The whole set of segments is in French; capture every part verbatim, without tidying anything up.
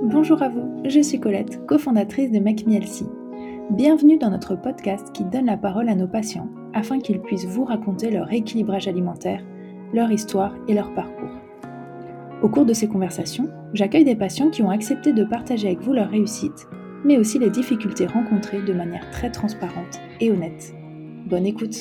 Bonjour à vous, je suis Colette, cofondatrice de Make Me Healthy. Bienvenue dans notre podcast qui donne la parole à nos patients afin qu'ils puissent vous raconter leur rééquilibrage alimentaire, leur histoire et leur parcours. Au cours de ces conversations, j'accueille des patients qui ont accepté de partager avec vous leur réussite, mais aussi les difficultés rencontrées de manière très transparente et honnête. Bonne écoute.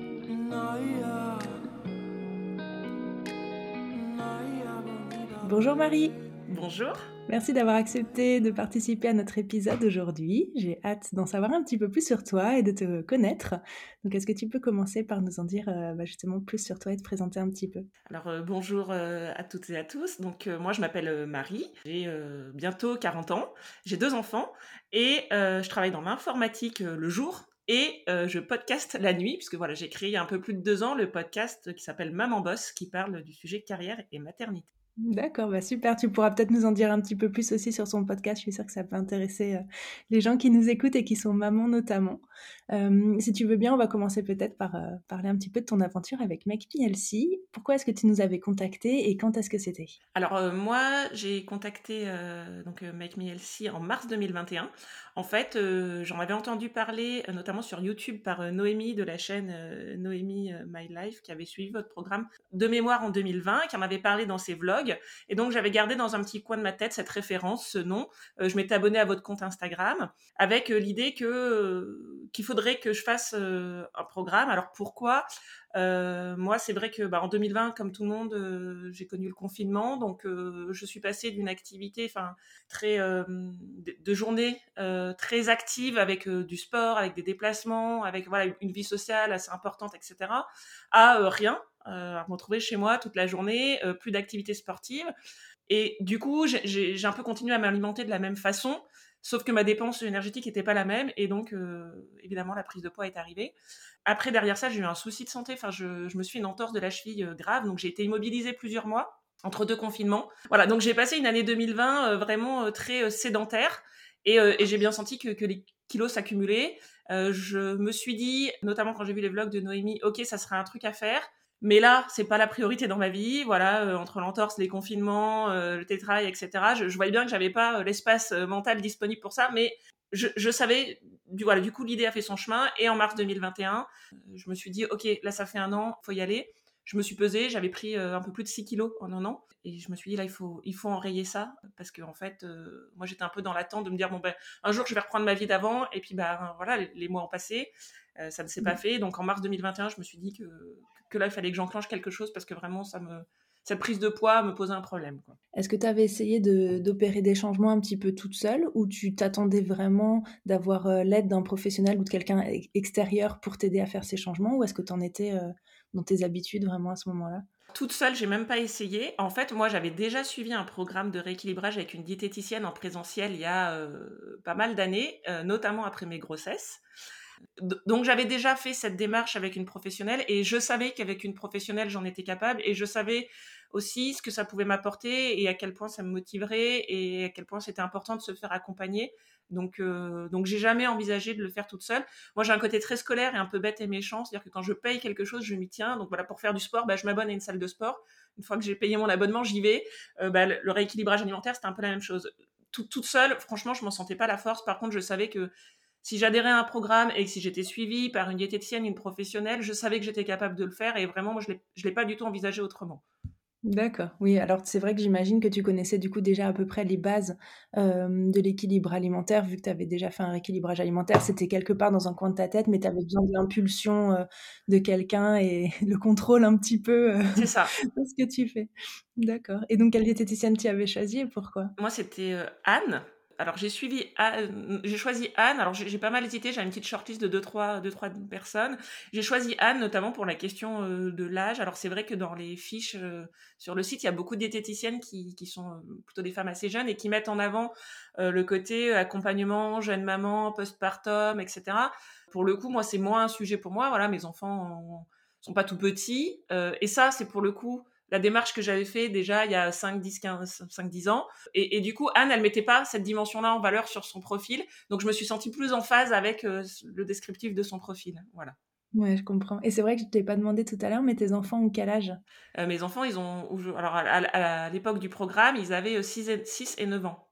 Bonjour Marie. Bonjour. Merci d'avoir accepté de participer à notre épisode aujourd'hui. J'ai hâte d'en savoir un petit peu plus sur toi et de te connaître. Donc, est-ce que tu peux commencer par nous en dire euh, bah, justement plus sur toi et te présenter un petit peu? Alors euh, bonjour euh, à toutes et à tous. Donc euh, moi je m'appelle euh, Marie, j'ai euh, bientôt quarante ans, j'ai deux enfants et euh, je travaille dans l'informatique euh, le jour et euh, je podcaste la nuit puisque voilà, j'ai créé il y a un peu plus de deux ans le podcast qui s'appelle Maman Boss qui parle du sujet carrière et maternité. D'accord, bah super. Tu pourras peut-être nous en dire un petit peu plus aussi sur son podcast. Je suis sûre que ça peut intéresser euh, les gens qui nous écoutent et qui sont mamans notamment. Euh, si tu veux bien, on va commencer peut-être par euh, parler un petit peu de ton aventure avec Make Me Healthy. Pourquoi est-ce que tu nous avais contacté et quand est-ce que c'était? Alors euh, moi j'ai contacté euh, donc euh, Make Me Healthy en mars deux mille vingt et un. En fait euh, j'en avais entendu parler euh, notamment sur YouTube par euh, Noémie de la chaîne euh, Noémie euh, My Life qui avait suivi votre programme de mémoire en deux mille vingt, qui en avait parlé dans ses vlogs et donc j'avais gardé dans un petit coin de ma tête cette référence, ce nom. Euh, je m'étais abonnée à votre compte Instagram avec euh, l'idée que euh, qu'il faudrait que je fasse euh, un programme. Alors pourquoi? Euh, moi, c'est vrai que bah, en deux mille vingt, comme tout le monde, euh, j'ai connu le confinement, donc euh, je suis passée d'une activité, enfin très euh, de, de journée euh, très active avec euh, du sport, avec des déplacements, avec voilà une vie sociale assez importante, et cetera, à euh, rien, euh, à me retrouver chez moi toute la journée, euh, plus d'activités sportives. Et du coup, j'ai, j'ai, j'ai un peu continué à m'alimenter de la même façon, sauf que ma dépense énergétique n'était pas la même, et donc euh, évidemment la prise de poids est arrivée. Après, derrière ça, j'ai eu un souci de santé. Enfin, je, je me suis fait une entorse de la cheville euh, grave, donc j'ai été immobilisée plusieurs mois entre deux confinements. Voilà, donc j'ai passé une année deux mille vingt euh, vraiment euh, très euh, sédentaire, et, euh, et j'ai bien senti que, que les kilos s'accumulaient. Euh, je me suis dit, notamment quand j'ai vu les vlogs de Noémie, ok, ça serait un truc à faire. Mais là, c'est pas la priorité dans ma vie. Voilà, euh, entre l'entorse, les confinements, euh, le télétravail, et cetera. Je, je voyais bien que j'avais pas euh, l'espace euh, mental disponible pour ça, mais je, je savais. Du voilà, du coup, l'idée a fait son chemin. Et en mars deux mille vingt et un, euh, je me suis dit, ok, là, ça fait un an, faut y aller. Je me suis pesée, j'avais pris euh, un peu plus de six kilos en un an, et je me suis dit là, il faut, il faut enrayer ça parce que en fait, euh, moi, j'étais un peu dans l'attente de me dire bon ben, un jour, je vais reprendre ma vie d'avant. Et puis ben voilà, les, les mois ont passé. Euh, ça ne s'est pas fait. Donc en mars deux mille vingt et un, je me suis dit que, que là, il fallait que j'enclenche quelque chose parce que vraiment, ça me, cette prise de poids me posait un problème, quoi. Est-ce que tu avais essayé de, d'opérer des changements un petit peu toute seule ou tu t'attendais vraiment d'avoir euh, l'aide d'un professionnel ou de quelqu'un e- extérieur pour t'aider à faire ces changements ou est-ce que tu en étais euh, dans tes habitudes vraiment à ce moment-là? Toute seule, j'ai même pas essayé. En fait, moi, j'avais déjà suivi un programme de rééquilibrage avec une diététicienne en présentiel il y a euh, pas mal d'années, euh, notamment après mes grossesses. Donc j'avais déjà fait cette démarche avec une professionnelle et je savais qu'avec une professionnelle j'en étais capable et je savais aussi ce que ça pouvait m'apporter et à quel point ça me motiverait et à quel point c'était important de se faire accompagner. Donc euh, donc j'ai jamais envisagé de le faire toute seule. Moi j'ai un côté très scolaire et un peu bête et méchant, c'est-à-dire que quand je paye quelque chose je m'y tiens. Donc voilà, pour faire du sport, bah, je m'abonne à une salle de sport. Une fois que j'ai payé mon abonnement, j'y vais. Euh, bah, le rééquilibrage alimentaire c'était un peu la même chose. Tout, toute seule, franchement je m'en sentais pas la force. Par contre je savais que si j'adhérais à un programme et que si j'étais suivie par une diététicienne, une professionnelle, je savais que j'étais capable de le faire et vraiment, moi, je ne l'ai pas du tout envisagé autrement. D'accord, oui, alors c'est vrai que j'imagine que tu connaissais du coup déjà à peu près les bases euh, de l'équilibre alimentaire, vu que tu avais déjà fait un rééquilibrage alimentaire, c'était quelque part dans un coin de ta tête, mais tu avais besoin de l'impulsion euh, de quelqu'un et le contrôle un petit peu euh, C'est ça. de ce que tu fais. D'accord. Et donc, quelle diététicienne tu avais choisi et pourquoi? Moi, c'était euh, Anne. Alors, j'ai suivi, Anne- j'ai choisi Anne. Alors, j'ai j'ai pas mal hésité. J'ai une petite shortlist de deux, trois, deux, trois personnes. J'ai choisi Anne, notamment pour la question euh, de l'âge. Alors, c'est vrai que dans les fiches euh, sur le site, il y a beaucoup de diététiciennes qui, qui sont euh, plutôt des femmes assez jeunes et qui mettent en avant euh, le côté accompagnement, jeune maman, postpartum, et cetera. Pour le coup, moi, c'est moins un sujet pour moi. Voilà, mes enfants euh, sont pas tout petits. Euh, et ça, c'est pour le coup la démarche que j'avais fait déjà il y a cinq, dix, quinze, cinq, dix ans. Et, et du coup, Anne, elle mettait pas cette dimension-là en valeur sur son profil. Donc, je me suis sentie plus en phase avec euh, le descriptif de son profil. Voilà. Ouais, je comprends. Et c'est vrai que je t'ai pas demandé tout à l'heure, mais tes enfants ont quel âge? Euh, mes enfants, ils ont, alors à, à- à l'époque du programme, ils avaient six et, six et neuf ans.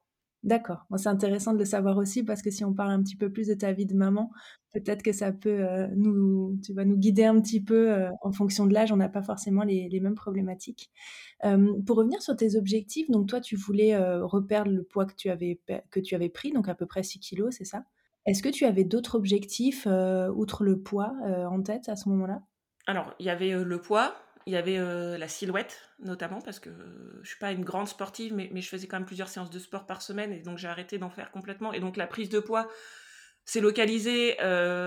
D'accord. Bon, c'est intéressant de le savoir aussi parce que si on parle un petit peu plus de ta vie de maman, peut-être que ça peut, heu, nous tu vas nous guider un petit peu, heu, en fonction de l'âge, on n'a pas forcément les les mêmes problématiques. Hem, pour revenir sur tes objectifs, donc toi, tu voulais, heu, reperdre le poids que tu avais pe que tu avais pris, donc à peu près six kilos, c'est ça? Est-ce que tu avais d'autres objectifs, heu, outre le poids, heu, en tête à ce moment-là? Alors, il y avait, heu, le poids, il y avait, heu, la silhouette notamment parce que, heu, je suis pas une grande sportive, mais mais je faisais quand même plusieurs séances de sport par semaine et donc j'ai arrêté d'en faire complètement et donc la prise de poids s'est localisée,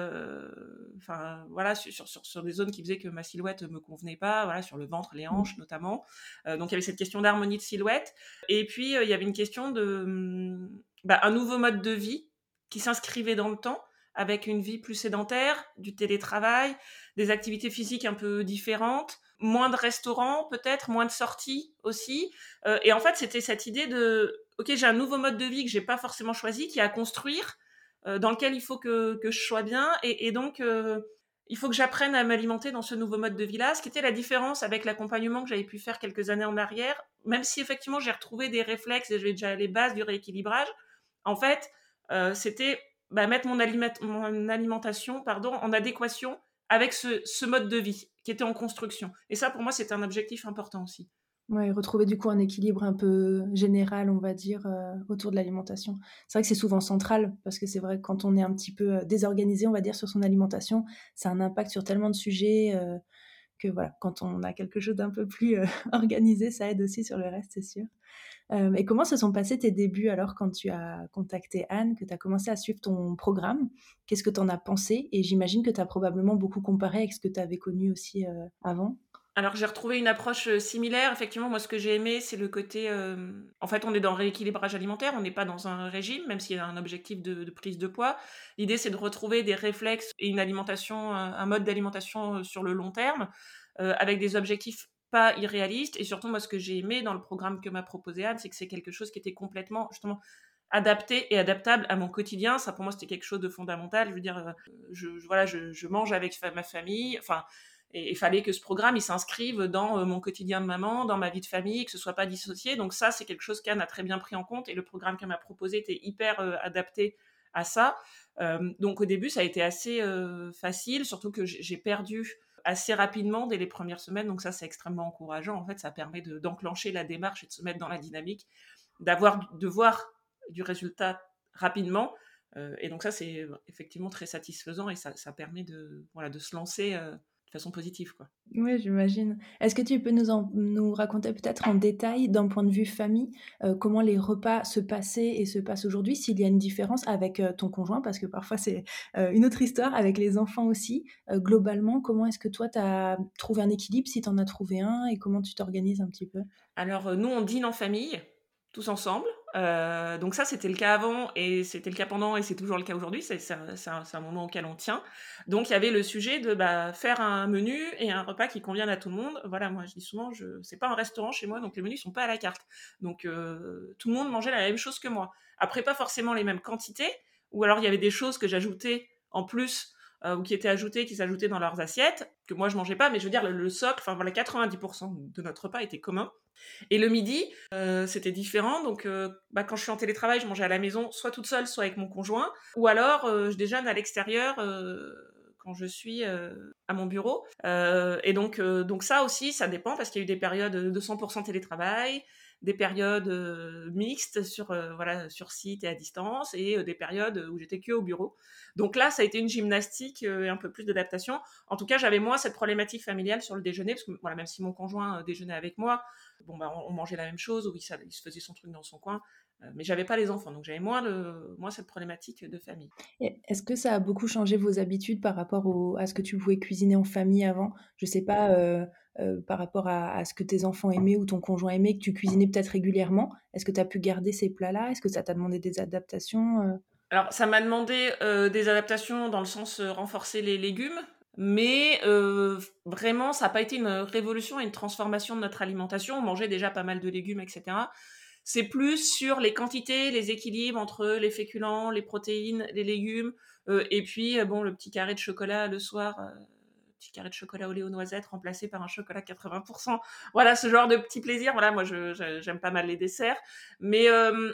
heu, enfin voilà sur sur sur sur des zones qui faisaient que ma silhouette me convenait pas, voilà sur le ventre, les Mmh. hanches notamment. Heu, donc il y avait cette question d'harmonie de silhouette et puis, heu, il y avait une question de, mmh, bah, un nouveau mode de vie qui s'inscrivait dans le temps avec une vie plus sédentaire, du télétravail, des activités physiques un peu différentes, moins de restaurants peut-être, moins de sorties aussi. Heu et en fait, c'était cette idée de: «OK, j'ai un nouveau mode de vie que j'ai pas forcément choisi, qui est à construire, heu, dans lequel il faut que que je sois bien et et donc heu, il faut que j'apprenne à m'alimenter dans ce nouveau mode de vie-là». Ce qui était la différence avec l'accompagnement que j'avais pu faire quelques années en arrière, même si effectivement j'ai retrouvé des réflexes et j'avais déjà les bases du rééquilibrage. En fait, heu, c'était, bah, mettre mon aliment mon alimentation, pardon, en adéquation avec ce ce mode de vie qui était en construction et ça, pour moi, c'était un objectif important aussi. Ouais, retrouver du coup un équilibre un peu général, on va dire, heu, autour de l'alimentation. C'est vrai que c'est souvent central parce que c'est vrai que quand on est un petit peu, heu, désorganisé, on va dire, sur son alimentation, ça a un impact sur tellement de sujets, heu, que voilà, quand on a quelque chose d'un peu plus, heu, organisé, ça aide aussi sur le reste, c'est sûr. Hem et comment se sont passés tes débuts alors quand tu as contacté Anne, que tu as commencé à suivre ton programme? Qu'est-ce que tu en as pensé? Et j'imagine que tu as probablement beaucoup comparé avec ce que tu avais connu aussi, heu, avant? Alors j'ai retrouvé une approche, heu, similaire. Effectivement, moi, ce que j'ai aimé, c'est le côté, hem, en fait, on est dans le rééquilibrage alimentaire, on n'est pas dans un régime, même s'il y a un objectif de de prise de poids. L'idée, c'est de retrouver des réflexes et une alimentation, un un mode d'alimentation, heu, sur le long terme, heu, avec des objectifs pas irréalistes et surtout, moi, ce que j'ai aimé dans le programme que m'a proposé Anne, c'est que c'est quelque chose qui était complètement, justement, adapté et adaptable à mon quotidien. Ça, pour moi, c'était quelque chose de fondamental. Je veux dire, heu, je je voilà, je je mange avec fa ma famille, enfin et il fallait que ce programme, il s'inscrive dans, heu, mon quotidien de maman, dans ma vie de famille, que ce soit pas dissocié. Donc ça, c'est quelque chose qu'Anne a très bien pris en compte et le programme qu'elle m'a proposé était hyper, heu, adapté à ça. Hem, donc au début, ça a été assez, heu, facile, surtout que j'ai j'ai perdu assez rapidement dès les premières semaines, donc ça, c'est extrêmement encourageant. En fait, ça permet de d'enclencher la démarche et de se mettre dans la dynamique, d'avoir de voir du résultat rapidement, heu et donc ça, c'est effectivement très satisfaisant et ça ça permet de, voilà, de se lancer, heu, de façon positive, quoi. Oui, j'imagine. Est-ce que tu peux nous en nous raconter peut-être en détail, d'un point de vue famille, heu, comment les repas se passaient et se passent aujourd'hui? S'il y a une différence avec, heu, ton conjoint? Parce que parfois c'est, heu, une autre histoire avec les enfants aussi. Heu, globalement, comment est-ce que toi tu as trouvé un équilibre, si tu en as trouvé un et comment tu t'organises un petit peu? Alors, heu, nous, on dîne en famille, tous ensemble. Heu, donc ça, c'était le cas avant et c'était le cas pendant et c'est toujours le cas aujourd'hui. C'est c'est un c'est un c'est un moment auquel on tient. Donc il y avait le sujet de, bah, faire un menu et un repas qui convienne à tout le monde. Voilà, moi, je dis souvent, je c'est pas un restaurant chez moi, donc les menus sont pas à la carte. Donc heu, tout le monde mangeait la même chose que moi. Après, pas forcément les mêmes quantités ou alors il y avait des choses que j'ajoutais en plus, heu, ou qui étaient ajoutées, qui s'ajoutaient dans leurs assiettes, que moi je mangeais pas. Mais je veux dire le le socle, enfin voilà, quatre-vingt-dix de notre repas était commun. Et le midi, heu, c'était différent donc heu, bah, quand je suis en télétravail, je mangeais à la maison, soit toute seule, soit avec mon conjoint ou alors, heu, je déjeune à l'extérieur, heu, quand je suis, heu, à mon bureau, heu et donc heu, donc ça aussi, ça dépend parce qu'il y a eu des périodes, de cent télétravail, des périodes, heu, mixtes sur, heu, voilà, sur site et à distance et heu, des périodes, où j'étais que au bureau. Donc là, ça a été une gymnastique, heu et un peu plus d'adaptation. En tout cas, j'avais moins cette problématique familiale sur le déjeuner parce que, voilà, même si mon conjoint, heu, déjeunait avec moi, bon, bah, on, on mangeait la même chose, ou il, il se faisait son truc dans son coin, euh, mais j'avais pas les enfants, donc j'avais moins, le, moins cette problématique de famille. Et est-ce que ça a beaucoup changé vos habitudes par rapport au à ce que tu pouvais cuisiner en famille avant? Je sais pas, heu heu, par rapport à à ce que tes enfants aimaient ou ton conjoint aimait, que tu cuisinais peut-être régulièrement. Est-ce que tu as pu garder ces plats-là? Est-ce que ça t'a demandé des adaptations, heu? Alors, ça m'a demandé euh, des adaptations dans le sens euh, renforcer les légumes, mais euh, vraiment, ça n'a pas été une révolution et une transformation de notre alimentation. On mangeait déjà pas mal de légumes, et cetera. C'est plus sur les quantités, les équilibres entre les féculents, les protéines, les légumes, euh, et puis, euh, bon, le petit carré de chocolat le soir, euh, petit carré de chocolat au lait aux noisettes remplacé par un chocolat quatre-vingts pour cent. Voilà, ce genre de petits plaisirs. Voilà, moi, je, je- j'aime pas mal les desserts. Mais euh,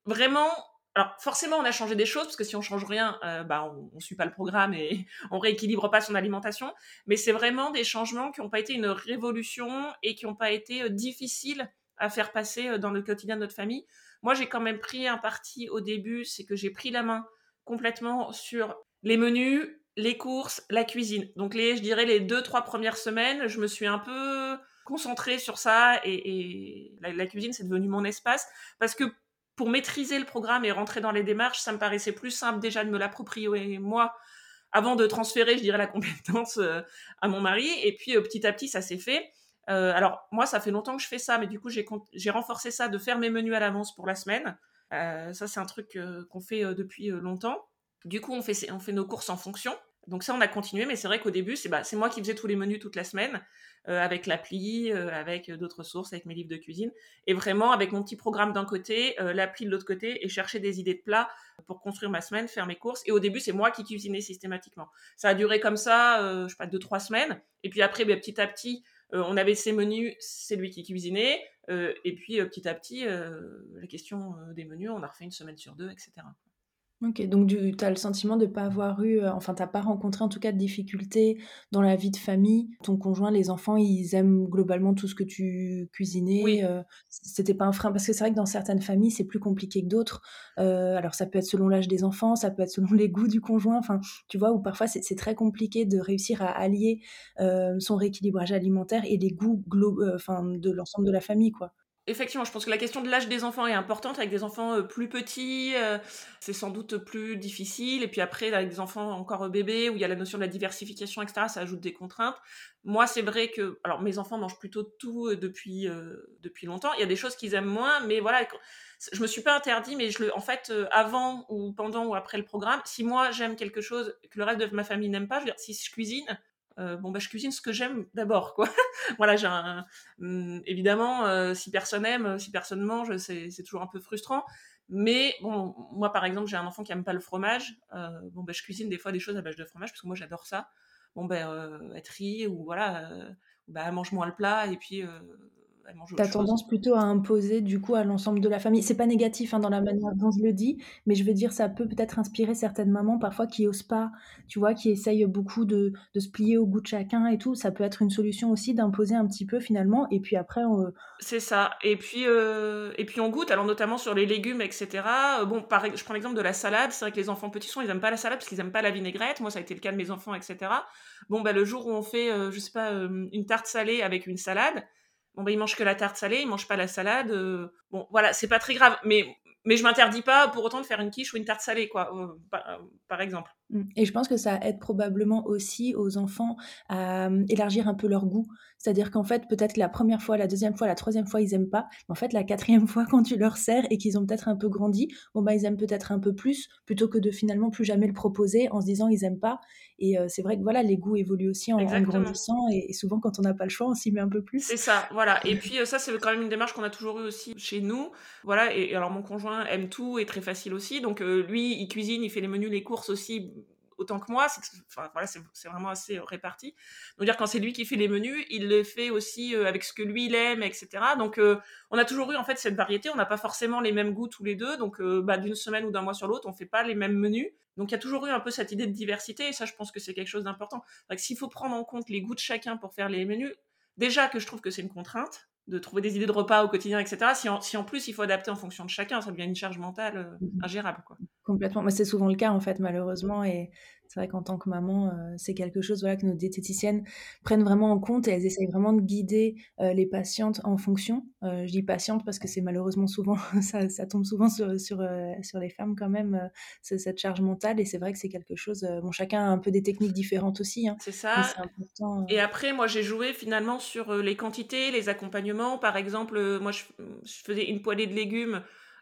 vraiment, alors forcément, on a changé des choses parce que si on change rien, heu, bah, on on suit pas le programme et on rééquilibre pas son alimentation. Mais c'est vraiment des changements qui ont pas été une révolution et qui ont pas été, heu, difficiles à faire passer, heu, dans le quotidien de notre famille. Moi, j'ai quand même pris un parti au début, c'est que j'ai pris la main complètement sur les menus, les courses, la cuisine. Donc les je dirais les deux trois premières semaines, je me suis un peu concentrée sur ça et et la la cuisine, c'est devenu mon espace parce que pour maîtriser le programme et rentrer dans les démarches, ça me paraissait plus simple déjà de me l'approprier moi, avant de transférer, je dirais, la compétence euh, à mon mari. Et puis, euh, petit à petit, ça s'est fait. Euh, alors, moi, ça fait longtemps que je fais ça, mais du coup, j'ai, j'ai renforcé ça de faire mes menus à l'avance pour la semaine. Euh, ça, c'est un truc euh, qu'on fait euh, depuis euh, longtemps. Du coup, on fait, on fait nos courses en fonction. Donc ça, on a continué, mais c'est vrai qu'au début, c'est, bah, c'est moi qui faisais tous les menus toute la semaine, euh, avec l'appli, euh, avec d'autres sources, avec mes livres de cuisine, et vraiment avec mon petit programme d'un côté, euh, l'appli de l'autre côté, et chercher des idées de plats pour construire ma semaine, faire mes courses. Et au début, c'est moi qui cuisinais systématiquement. Ça a duré comme ça, euh, je sais pas, deux, trois semaines. Et puis après, ben, petit à petit, euh, on avait ses menus, c'est lui qui cuisinait. Euh, et puis euh, petit à petit, euh, la question euh, des menus, on a refait une semaine sur deux, et cetera. OK, donc tu as le sentiment de pas avoir eu, heu, enfin, tu pas rencontré en tout cas de difficultés dans la vie de famille. Ton conjoint, les enfants, ils aiment globalement tout ce que tu cuisinais, Oui, heu, c'était pas un frein? Parce que c'est vrai que dans certaines familles, c'est plus compliqué que d'autres. Heu, alors ça peut être selon l'âge des enfants, ça peut être selon les goûts du conjoint, enfin, tu vois? Ou parfois c'est c'est très compliqué de réussir à allier, heu, son rééquilibrage alimentaire et les goûts glo heu, enfin, de l'ensemble de la famille, quoi. effectivement, je pense que la question de l'âge des enfants est importante. Avec des enfants, heu, plus petits, heu, c'est sans doute plus difficile et puis après avec des enfants encore, heu, bébés où il y a la notion de la diversification et cetera, ça ajoute des contraintes. Moi, c'est vrai que alors mes enfants mangent plutôt tout, heu, depuis, heu, depuis longtemps. Il y a des choses qu'ils aiment moins, mais voilà, quand je me suis pas interdit, mais je le en fait, heu, avant ou pendant ou après le programme, si moi j'aime quelque chose que le reste de ma famille n'aime pas, je veux dire, si je cuisine, heu, bon, bah, je cuisine ce que j'aime d'abord, quoi. Voilà, j'ai un Mmh, évidemment, heu, si personne aime, si personne mange, c'est c'est toujours un peu frustrant. Mais bon, moi, par exemple, j'ai un enfant qui aime pas le fromage. Heu, bon, bah, je cuisine des fois des choses à base de fromage parce que moi, j'adore ça. Bon, ben, heu, elle trie ou voilà, heu, bah, elle mange moins le plat et puis, heu, elle mange Tu autre as chose. tendance plutôt à imposer du coup à l'ensemble de la famille. C'est pas négatif, hein, dans la manière dont je le dis, mais je veux dire ça peut peut-être inspirer certaines mamans parfois qui osent pas, tu vois? Qui essayent beaucoup de de se plier au goût de chacun et tout. Ça peut être une solution aussi d'imposer un petit peu finalement et puis après, heu C'est ça et puis, heu et puis on goûte, alors notamment sur les légumes et cetera, heu, bon, par ex je prends l'exemple de la salade, c'est vrai que les enfants petits sont, ils aiment pas la salade parce qu'ils aiment pas la vinaigrette. Moi, ça a été le cas de mes enfants et cetera. Bon, bah, le jour où on fait, heu, je sais pas, hem, une tarte salée avec une salade, bon, bah, ils mangent que la tarte salée, ils mangent pas la salade, heu, bon, voilà, c'est pas très grave, mais mais je m'interdis pas pour autant de faire une quiche ou une tarte salée, quoi, heu, pa par exemple. Mmh et je pense que ça aide probablement aussi aux enfants à, mmh, élargir un peu leur goût. C'est-à-dire qu'en fait, peut-être la première fois, la deuxième fois, la troisième fois, ils aiment pas. Mais en fait, la quatrième fois, quand tu leur sers et qu'ils ont peut-être un peu grandi, bon, bah, ils aiment peut-être un peu plus, plutôt que de finalement plus jamais le proposer en se disant: «Ils aiment pas» et heu, c'est vrai que voilà, les goûts évoluent aussi en en Exactement. grandissant et et souvent quand on n'a pas le choix, on s'y met un peu plus. C'est ça, voilà et puis, heu, ça, c'est quand même une démarche qu'on a toujours eue aussi chez nous. Voilà et et alors mon conjoint aime tout, est très facile aussi donc heu, lui, il cuisine, il fait les menus, les courses aussi, autant que moi. C'est enfin, voilà, c'est c'est vraiment assez, heu, réparti. Donc dire quand c'est lui qui fait les menus, il les fait aussi, heu, avec ce que lui, il aime et cetera donc heu, on a toujours eu, en fait, cette variété. On n'a pas forcément les mêmes goûts tous les deux donc heu, bah, d'une semaine ou d'un mois sur l'autre, on fait pas les mêmes menus. Donc il y a toujours eu un peu cette idée de diversité et ça, je pense que c'est quelque chose d'important. C'est que s'il faut prendre en compte les goûts de chacun pour faire les menus, déjà que je trouve que c'est une contrainte de trouver des idées de repas au quotidien, et cetera. Si en, si en plus il faut adapter en fonction de chacun, ça devient une charge mentale euh, Mmh. ingérable, quoi. Complètement. Moi, c'est souvent le cas, en fait, malheureusement et c'est vrai qu'en tant que maman, heu, c'est quelque chose, voilà, que nos diététiciennes prennent vraiment en compte et elles essayent vraiment de guider, heu, les patientes en fonction. Heu, je dis patientes parce que c'est malheureusement souvent ça ça tombe souvent sur sur, heu, sur les femmes quand même, heu, ce cette charge mentale et c'est vrai que c'est quelque chose, heu, bon, chacun a un peu des techniques différentes aussi, hein, C'est mais ça. c'est important, Et heu après, moi, j'ai joué finalement sur euh, les quantités, les accompagnements. Par exemple, euh, moi, je, je faisais une poêlée de légumes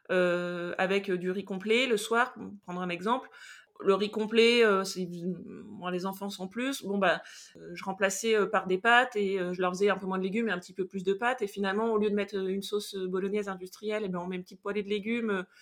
euh, avec euh, du riz complet le soir, pour prendre un exemple. Le riz complet, euh, c'est, moi, les enfants sont plus. Bon, bah, euh, je remplaçais euh, par des pâtes et euh, je leur faisais un peu moins de légumes et un petit peu plus de pâtes. Et finalement, au lieu de mettre euh, une sauce bolognaise industrielle, eh ben, on met une petite poêlée de légumes. euh,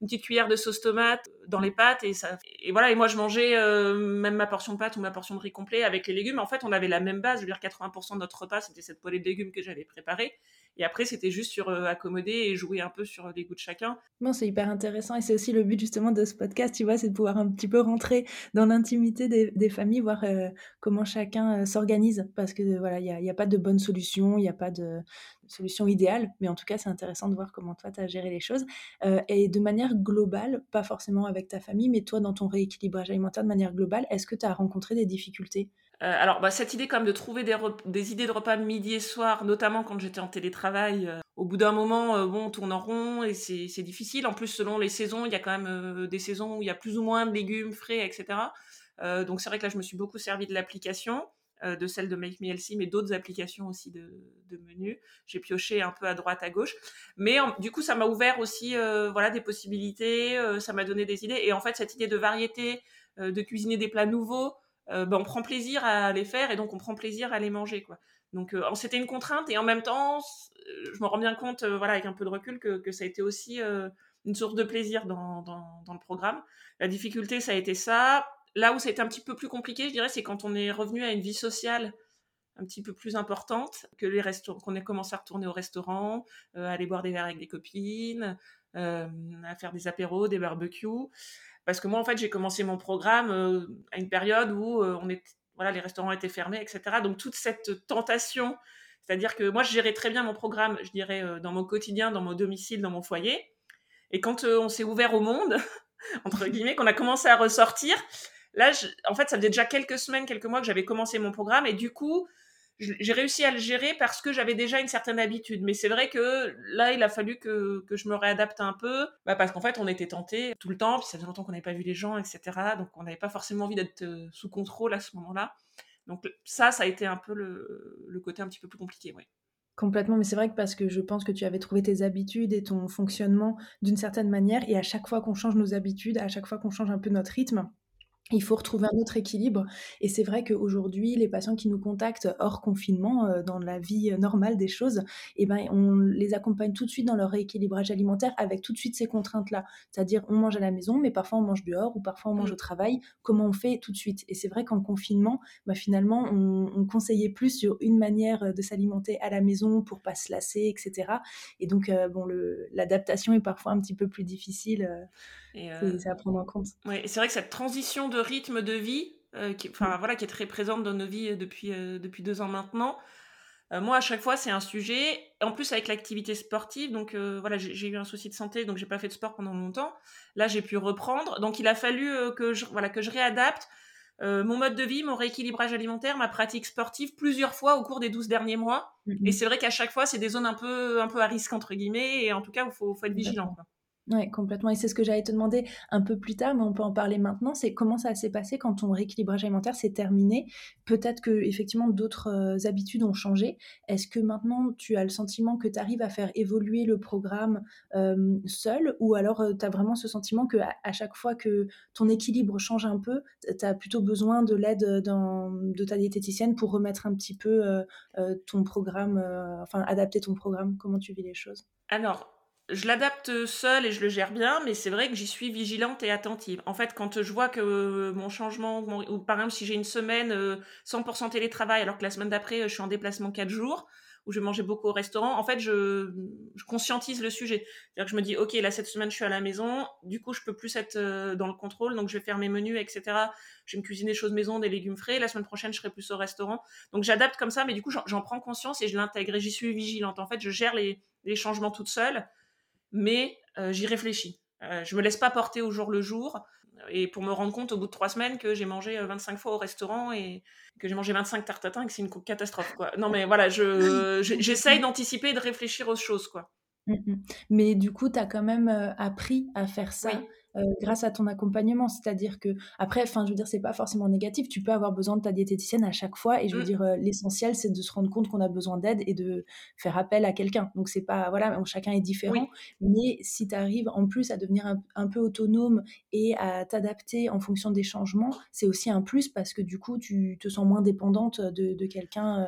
une petite cuillère de sauce tomate dans les pâtes et ça. Et voilà. Et moi, je mangeais euh, même ma portion de pâtes ou ma portion de riz complet avec les légumes. En fait, on avait la même base. Je veux dire, quatre-vingts pour cent de notre repas, c'était cette poêlée de légumes que j'avais préparée. Et après, c'était juste sur euh, accommoder et jouer un peu sur les goûts de chacun. Bon, c'est hyper intéressant et c'est aussi le but justement de ce podcast, tu vois, c'est de pouvoir un petit peu rentrer dans l'intimité des, des familles, voir euh, comment chacun euh, s'organise, parce que voilà, il n'y a, y a pas de bonne solution, il n'y a pas de solution idéale, mais en tout cas, c'est intéressant de voir comment toi, tu as géré les choses. Euh, et de manière globale, pas forcément avec ta famille, mais toi, dans ton rééquilibrage alimentaire de manière globale, est-ce que tu as rencontré des difficultés? Euh, alors, bah, cette idée quand même de trouver des, rep- des idées de repas midi et soir, notamment quand j'étais en télétravail, euh, au bout d'un moment, euh, bon, on tourne en rond et c'est, c'est difficile. En plus, selon les saisons, il y a quand même euh, des saisons où il y a plus ou moins de légumes frais, et cetera. Euh, donc, c'est vrai que là, je me suis beaucoup servi de l'application, euh, de celle de Make Me Healthy, mais d'autres applications aussi de, de menus. J'ai pioché un peu à droite, à gauche. Mais en- du coup, ça m'a ouvert aussi euh, voilà, des possibilités, euh, ça m'a donné des idées. Et en fait, cette idée de variété, euh, de cuisiner des plats nouveaux, euh, ben, on prend plaisir à les faire et donc on prend plaisir à les manger, quoi. Donc euh, c'était une contrainte et en même temps, euh, je me rends bien compte, euh, voilà, avec un peu de recul, que, que ça a été aussi euh, une source de plaisir dans, dans, dans le programme. La difficulté, ça a été ça. Là où ça a été un petit peu plus compliqué, je dirais, c'est quand on est revenu à une vie sociale un petit peu plus importante, que les restaurants, qu'on ait commencé à retourner au restaurant, euh, à aller boire des verres avec des copines, euh, à faire des apéros, des barbecues. Parce que moi, en fait, j'ai commencé mon programme euh, à une période où euh, on est, voilà, les restaurants étaient fermés, et cetera. Donc, toute cette tentation, c'est-à-dire que moi, je gérais très bien mon programme, je dirais, euh, dans mon quotidien, dans mon domicile, dans mon foyer. Et quand euh, on s'est ouvert au monde, entre guillemets, qu'on a commencé à ressortir, là, je, en fait, ça faisait déjà quelques semaines, quelques mois que j'avais commencé mon programme. Et du coup, j'ai réussi à le gérer parce que j'avais déjà une certaine habitude. Mais c'est vrai que là, il a fallu que, que je me réadapte un peu, bah parce qu'en fait, on était tentés tout le temps, puis ça faisait longtemps qu'on n'avait pas vu les gens, et cetera. Donc, on n'avait pas forcément envie d'être euh, sous contrôle à ce moment-là. Donc, ça, ça a été un peu le, le côté un petit peu plus compliqué, oui. Complètement, mais c'est vrai que parce que je pense que tu avais trouvé tes habitudes et ton fonctionnement d'une certaine manière, et à chaque fois qu'on change nos habitudes, à chaque fois qu'on change un peu notre rythme, il faut retrouver un autre équilibre. Et c'est vrai qu'aujourd'hui, les patients qui nous contactent hors confinement, euh, dans la vie normale des choses, eh ben, on les accompagne tout de suite dans leur rééquilibrage alimentaire avec tout de suite ces contraintes-là. C'est-à-dire, on mange à la maison, mais parfois on mange dehors ou parfois on mange Mm. au travail. Comment on fait tout de suite? Et c'est vrai qu'en confinement, bah, finalement, on, on conseillait plus sur une manière de s'alimenter à la maison pour pas se lasser, et cetera. Et donc, euh, bon, le, l'adaptation est parfois un petit peu plus difficile. euh, Et euh, c'est, c'est à prendre en compte. ouais, et c'est vrai que cette transition de rythme de vie, euh, qui, enfin, voilà, qui est très présente dans nos vies depuis, euh, depuis deux ans maintenant, Euh, moi, à chaque fois, c'est un sujet. En plus, avec l'activité sportive, donc euh, voilà, j'ai, j'ai eu un souci de santé, donc j'ai pas fait de sport pendant longtemps. Là, j'ai pu reprendre. Donc, il a fallu euh, que je, voilà, que je réadapte euh, mon mode de vie, mon rééquilibrage alimentaire, ma pratique sportive plusieurs fois au cours des douze derniers mois. Et Mhm. c'est vrai qu'à chaque fois, c'est des zones un peu, un peu à risque entre guillemets. Et en tout cas, il faut, faut être vigilant, Complètement. quoi. Ouais, complètement. Et c'est ce que j'allais te demander un peu plus tard, mais on peut en parler maintenant. C'est comment ça s'est passé quand ton rééquilibrage alimentaire s'est terminé. Peut-être que effectivement d'autres euh, habitudes ont changé. Est-ce que maintenant tu as le sentiment que tu arrives à faire évoluer le programme euh, seul, ou alors tu as vraiment ce sentiment que à, à chaque fois que ton équilibre change un peu, tu as plutôt besoin de l'aide d'un- de ta diététicienne pour remettre un petit peu euh, euh, ton programme, euh, enfin adapter ton programme. Comment tu vis les choses? Alors, je l'adapte seule et je le gère bien, mais c'est vrai que j'y suis vigilante et attentive. En fait, quand je vois que mon changement, mon- ou par exemple si j'ai une semaine euh, cent pour cent télétravail, alors que la semaine d'après, euh, je suis en déplacement quatre jours, où je vais manger beaucoup au restaurant, en fait, je, je conscientise le sujet. C'est-à-dire que je me dis, ok, là, cette semaine, je suis à la maison, du coup, je peux plus être euh, dans le contrôle, donc je vais faire mes menus, et cetera. Je vais me cuisiner des choses maison, des légumes frais. La semaine prochaine, je serai plus au restaurant. Donc, j'adapte comme ça, mais du coup, j'en, j'en prends conscience et je l'intègre et j'y suis vigilante. En fait, je gère les les changements toute seule, mais euh, j'y réfléchis. Euh, je me laisse pas porter au jour le jour, et pour me rendre compte au bout de trois semaines que j'ai mangé euh, vingt-cinq fois au restaurant et que j'ai mangé vingt-cinq tartes tatin et que c'est une catastrophe, quoi. Non mais voilà, je, je- j'essaye d'anticiper et de réfléchir aux choses, quoi. Mmh mh. Mais du coup, tu as quand même, heu, appris à faire ça, Oui. heu, grâce à ton accompagnement. C'est-à-dire qu'après, enfin, je veux dire, c'est pas forcément négatif. Tu peux avoir besoin de ta diététicienne à chaque fois et je veux Mm. dire, heu, l'essentiel, c'est de se rendre compte qu'on a besoin d'aide et de faire appel à quelqu'un. Donc c'est pas voilà, on chacun est différent, Oui. mais si tu arrives en plus à devenir un un peu autonome et à t'adapter en fonction des changements, c'est aussi un plus parce que du coup, tu te sens moins dépendante de de quelqu'un, heu,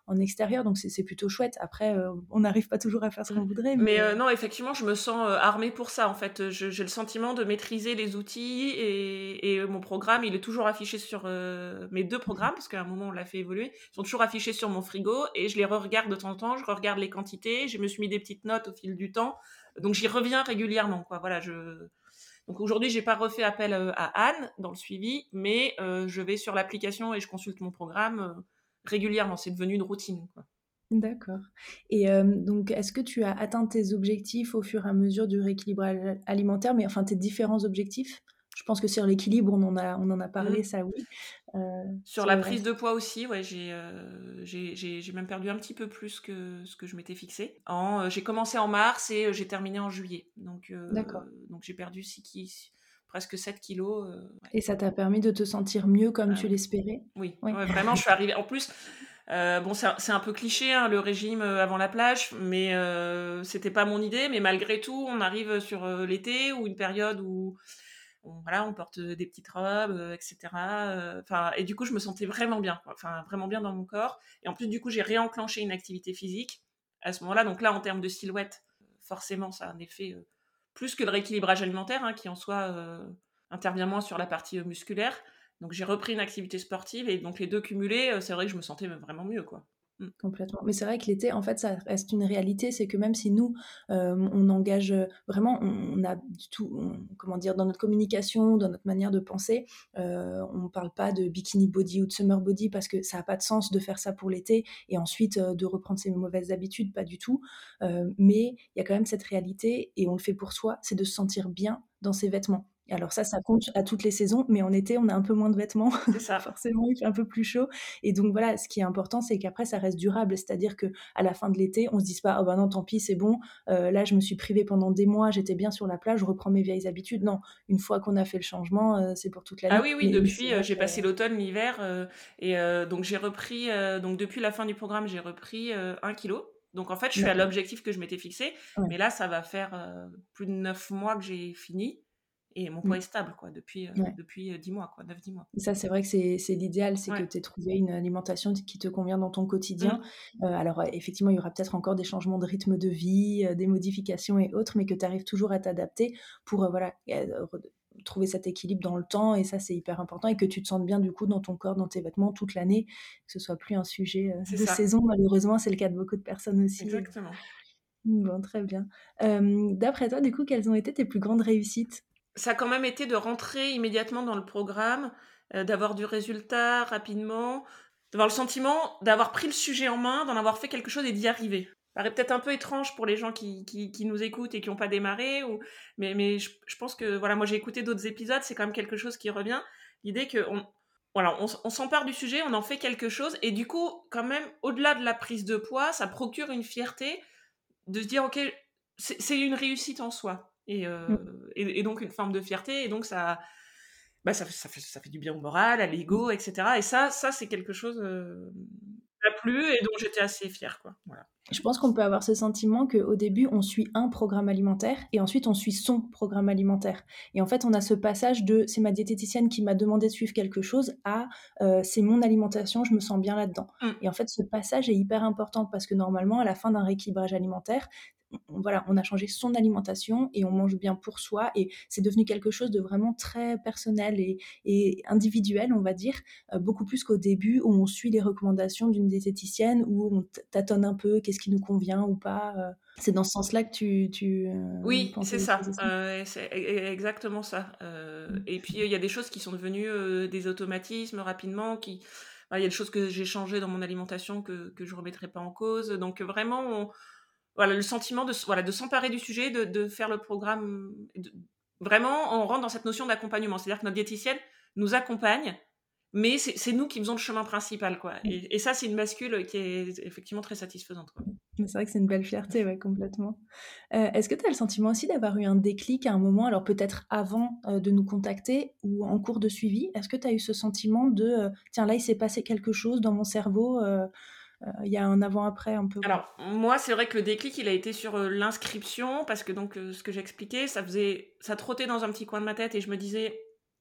en extérieur, donc c'est, c'est plutôt chouette. Après, euh, on n'arrive pas toujours à faire ce Mmh. qu'on voudrait, Mais mais heu, euh, non, effectivement, je me sens, heu, armée pour ça, en fait. Je j'ai le sentiment de maîtriser les outils et et mon programme, il est toujours affiché sur, heu, mes deux programmes, parce qu'à un moment, on l'a fait évoluer. Ils sont toujours affichés sur mon frigo et je les regarde de temps en temps. Je regarde les quantités. Je me suis mis des petites notes au fil du temps. Donc j'y reviens régulièrement, quoi. Voilà, je donc aujourd'hui, j'ai pas refait appel, heu, à Anne dans le suivi, mais heu, je vais sur l'application et je consulte mon programme, heu, régulièrement. C'est devenu une routine, quoi. d'accord. Et euh, donc, est-ce que tu as atteint tes objectifs au fur et à mesure du rééquilibrage alimentaire, mais enfin tes différents objectifs? Je pense que sur l'équilibre, on en a, on en a parlé, Mmh. ça oui. Euh, Sur sur la le prise reste. de poids aussi, ouais, j'ai, heu, j'ai j'ai j'ai même perdu un petit peu plus que ce que je m'étais fixé. En, heu, j'ai commencé en mars et heu, j'ai terminé en juillet. Donc D'accord. heu, donc j'ai perdu six ki presque sept kilos, heu, ouais. Et ça t'a permis de te sentir mieux comme Ah tu oui, l'espérais? oui, Oui. ouais, vraiment, je suis arrivée en plus, heu, bon, c'est un c'est un peu cliché, hein, le régime, heu, avant la plage, mais heu, c'était pas mon idée. Mais malgré tout, on arrive sur, heu, l'été ou une période où on voilà, on porte, heu, des petites robes, heu, et cetera, heu, enfin et du coup, je me sentais vraiment bien, quoi, enfin vraiment bien dans mon corps et en plus, du coup, j'ai réenclenché une activité physique à ce moment-là. Donc là, en termes de silhouette, forcément, ça a un effet, heu, plus que le rééquilibrage alimentaire, hein, qui en soi, heu, intervient moins sur la partie, heu, musculaire. Donc j'ai repris une activité sportive et donc les deux cumulés, heu, c'est vrai que je me sentais vraiment mieux, quoi. Mmh. Complètement. Mais c'est vrai que l'été, en fait, ça reste une réalité. C'est que même si nous, hem, on engage, heu, vraiment, on on a du tout on comment dire? Dans notre communication, dans notre manière de penser, heu, on parle pas de bikini body ou de summer body parce que ça a pas de sens de faire ça pour l'été et ensuite, heu, de reprendre ses mauvaises habitudes, pas du tout. Heu, mais il y a quand même cette réalité et on le fait pour soi, c'est de se sentir bien dans ses vêtements. Et alors ça, ça compte à toutes les saisons, mais en été, on a un peu moins de vêtements. C'est ça. Forcément, il fait un peu plus chaud. Et donc voilà, ce qui est important, c'est qu'après, ça reste durable. C'est-à-dire que à la fin de l'été, on se dise pas, oh ben non, tant pis, c'est bon. Euh, là, je me suis privée pendant des mois, j'étais bien sur la plage, je reprends mes vieilles habitudes. Non, une fois qu'on a fait le changement, euh, c'est pour toute Ah l'année. oui, oui, Mais, mais c'est depuis, heu, vrai j'ai que passé l'automne, l'hiver, heu et heu, donc j'ai repris, heu, donc depuis la fin du programme, j'ai repris, heu, un kilogramme. Donc en fait, je suis à d'accord. l'objectif que je m'étais fixé, Ouais. mais là, ça va faire, heu, plus de neuf mois que j'ai fini et mon poids Mm. est stable, quoi, depuis, heu, Ouais. depuis, heu, dix mois, quoi, neuf dix mois. Et ça, c'est vrai que c'est c'est l'idéal, c'est que Ouais, tu aies trouvé une alimentation qui te convient dans ton quotidien. mmh, Heu, alors, heu, effectivement, il y aura peut-être encore des changements de rythme de vie, heu, des modifications et autres, mais que tu arrives toujours à t'adapter pour, heu, voilà, heu, re trouver cet équilibre dans le temps et ça, c'est hyper important et que tu te sentes bien, du coup, dans ton corps, dans tes vêtements toute l'année, que ce soit plus un sujet, heu, c'est de ça, saison. Malheureusement, c'est le cas de beaucoup de personnes aussi, heu. exactement. Bon, très bien. Hem, d'après toi, du coup, quelles ont été tes plus grandes réussites? Ça a quand même été de rentrer immédiatement dans le programme, heu, d'avoir du résultat rapidement, d'avoir le sentiment d'avoir pris le sujet en main, d'en avoir fait quelque chose et d'y arriver. Ça paraît peut-être un peu étrange pour les gens qui qui qui nous écoutent et qui ont pas démarré ou mais mais je je pense que voilà, moi j'ai écouté d'autres épisodes, c'est quand même quelque chose qui revient. L'idée qu'on voilà, on s on s'empare du sujet, on en fait quelque chose et du coup, quand même, au-delà de la prise de poids, ça procure une fierté de se dire: «OK, c'est c'est une réussite en soi» et Mmh. heu et et donc une forme de fierté et donc ça bah, ça fait ça fait ça fait du bien au moral, à l'ego et cetera et ça ça c'est quelque chose, heu, qui m'a plu et dont j'étais assez fière, quoi. Voilà. Je pense qu'on peut avoir ce sentiment qu'au début, on suit un programme alimentaire et ensuite on suit son programme alimentaire. Et en fait, on a ce passage de c'est ma diététicienne qui m'a demandé de suivre quelque chose à euh, c'est mon alimentation, je me sens bien là-dedans. Mmh. Et en fait, ce passage est hyper important parce que normalement, à la fin d'un rééquilibrage alimentaire, on, voilà, on a changé son alimentation et on mange bien pour soi et c'est devenu quelque chose de vraiment très personnel et, et individuel, on va dire, euh, beaucoup plus qu'au début où on suit les recommandations d'une diététicienne, où on t- tâtonne un peu, qu'est-ce qui nous convient ou pas. euh. C'est dans ce sens-là que tu, tu euh, Oui, pensais c'est les choses ça, aussi. heu et c'est e e exactement ça, heu et puis, il y a des choses qui sont devenues, heu, des automatismes rapidement qui bah, il y a des choses que j'ai changées dans mon alimentation que que je remettrai pas en cause, donc vraiment on voilà, le sentiment de s voilà, de s'emparer du sujet, de de faire le programme, de vraiment, on rentre dans cette notion d'accompagnement. C'est-à-dire que notre diététicienne nous accompagne, mais c'est c'est nous qui faisons le chemin principal, quoi Mm. et et ça, c'est une bascule qui est effectivement très satisfaisante, quoi. Mais c'est vrai que c'est une belle fierté, ouais, complètement. Euh, est-ce que tu as le sentiment aussi d'avoir eu un déclic à un moment, alors peut-être avant euh, de nous contacter ou en cours de suivi? Est-ce que tu as eu ce sentiment de euh, tiens, là, il s'est passé quelque chose dans mon cerveau, euh, euh, il y a un avant-après un peu, quoi? Alors, moi, c'est vrai que le déclic, il a été sur, heu, l'inscription parce que donc, heu, ce que j'expliquais, ça faisait ça trottait dans un petit coin de ma tête et je me disais: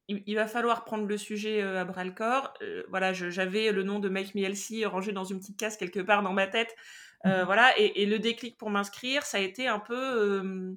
il, il va falloir prendre le sujet euh, à bras le corps. Euh, voilà, je, j'avais le nom de Make Me Healthy rangé dans une petite case quelque part dans ma tête. Euh, voilà, et, et le déclic pour m'inscrire, ça a été un peu. Euh,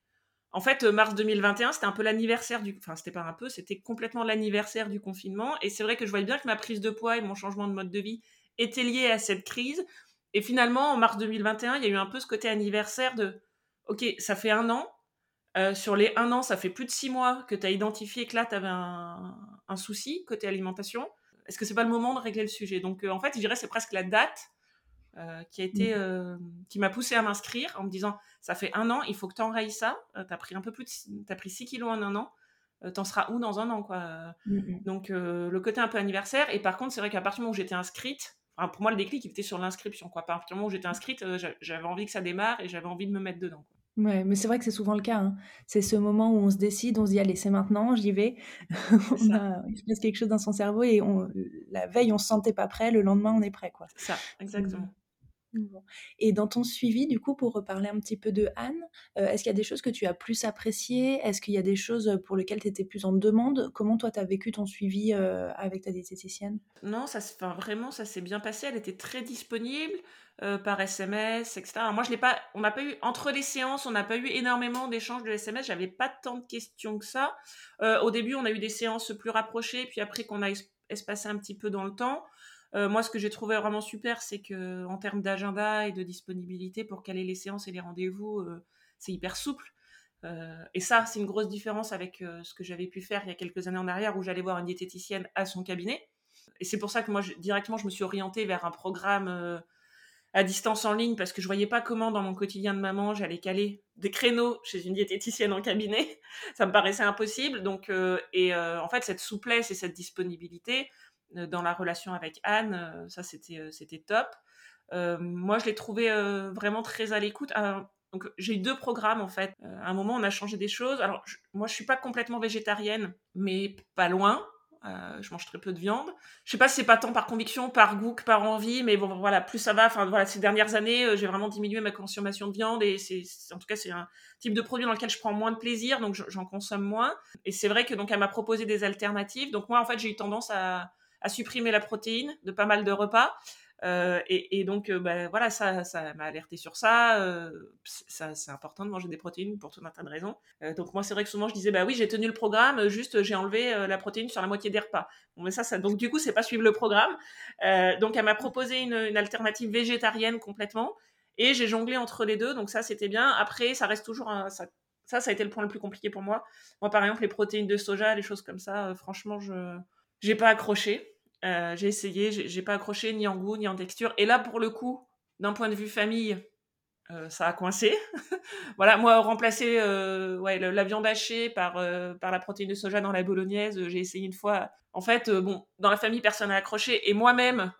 en fait, mars deux mille vingt et un, c'était un peu l'anniversaire du. Enfin, c'était pas un peu, c'était complètement l'anniversaire du confinement. Et c'est vrai que je voyais bien que ma prise de poids et mon changement de mode de vie étaient liés à cette crise. Et finalement, en mars deux mille vingt et un, il y a eu un peu ce côté anniversaire de. Ok, ça fait un an. Euh, sur les un an, ça fait plus de six mois que tu as identifié que là, tu avais un, un souci côté alimentation. Est-ce que c'est pas le moment de régler le sujet? Donc, euh, en fait, je dirais que c'est presque la date euh, qui a été, euh, qui m'a poussée à m'inscrire en me disant, ça fait un an, il faut que tu enrayes ça. Euh, tu as pris un peu plus de, t'as pris six kilos en un an. Euh, t'en seras où dans un an, quoi. Mhm. Donc, euh, le côté un peu anniversaire. Et par contre, c'est vrai qu'à partir du moment où j'étais inscrite, enfin, pour moi, le déclic, il était sur l'inscription, quoi. À partir du moment où j'étais inscrite, euh, j'avais envie que ça démarre et j'avais envie de me mettre dedans, quoi. Ouais, mais c'est vrai que c'est souvent le cas, hein. C'est ce moment où on se décide, on se dit: «Allez, c'est maintenant, j'y vais». C'est On ça, a il se passe quelque chose dans son cerveau et on la veille, on se sentait pas prêt, le lendemain, on est prêt, quoi. c'est ça, Mmh. exactement. Bon. Et dans ton suivi, du coup, pour reparler un petit peu de Anne, heu, est-ce qu'il y a des choses que tu as plus appréciées? Est-ce qu'il y a des choses, pour lesquelles tu étais plus en demande? Comment toi, tu as vécu ton suivi, heu, avec ta diététicienne? Non, ça s enfin, vraiment, ça s'est bien passé. Elle était très disponible, heu, par S M S et cetera. Alors moi, je l'ai pas on n'a pas eu entre les séances, on n'a pas eu énormément d'échanges de S M S. J'avais pas tant de questions que ça. Heu, au début, on a eu des séances plus rapprochées, puis après qu'on a es espacé un petit peu dans le temps. Heu, moi, ce que j'ai trouvé vraiment super, c'est qu'en termes d'agenda et de disponibilité pour caler les séances et les rendez-vous, heu, c'est hyper souple. Heu et ça, c'est une grosse différence avec, heu, ce que j'avais pu faire il y a quelques années en arrière où j'allais voir une diététicienne à son cabinet. Et c'est pour ça que moi, je, directement, je me suis orientée vers un programme euh, à distance en ligne parce que je voyais pas comment, dans mon quotidien de maman, j'allais caler des créneaux chez une diététicienne en cabinet. Ça me paraissait impossible. Donc, euh, et euh, en fait, cette souplesse et cette disponibilité euh, dans la relation avec Anne, euh, ça, c'était, euh, c'était top. Euh, moi, je l'ai trouvé euh, vraiment très à l'écoute. Euh, donc, j'ai eu deux programmes en fait. Euh, à un moment, on a changé des choses. Alors, je, moi, je suis pas complètement végétarienne, mais pas loin. Euh, je mange très peu de viande. Je sais pas si c'est pas tant par conviction, par goût que par envie, mais bon, voilà, plus ça va. Enfin, voilà, ces dernières années, euh, j'ai vraiment diminué ma consommation de viande et c'est, c'est- en tout cas, c'est un type de produit dans lequel je prends moins de plaisir, donc j'en consomme moins. Et c'est vrai que donc elle m'a proposé des alternatives. Donc moi, en fait, j'ai eu tendance à, à supprimer la protéine de pas mal de repas. Euh, et, et, donc, euh, bah, voilà, ça, ça m'a alerté sur ça. Euh, ça. C'est important de manger des protéines pour tout un tas de raisons. Euh, donc, moi, c'est vrai que souvent, je disais, bah oui, j'ai tenu le programme, juste j'ai enlevé euh, la protéine sur la moitié des repas. Bon, mais ça, ça donc, du coup, c'est pas suivre le programme. Euh, donc, elle m'a proposé une, une alternative végétarienne complètement. Et j'ai jonglé entre les deux. Donc, ça, c'était bien. Après, ça reste toujours un. Ça, ça, ça a été le point le plus compliqué pour moi. Moi, par exemple, les protéines de soja, les choses comme ça, euh, franchement, je j'ai pas accroché. Euh, j'ai essayé, j'ai, j'ai pas accroché ni en goût ni en texture. Et là, pour le coup, d'un point de vue famille, euh, ça a coincé. Voilà, moi, remplacer euh, ouais, le- la viande hachée par, euh, par la protéine de soja dans la bolognaise, euh, j'ai essayé une fois. En fait, euh, bon, dans la famille, personne n'a accroché. Et moi-même,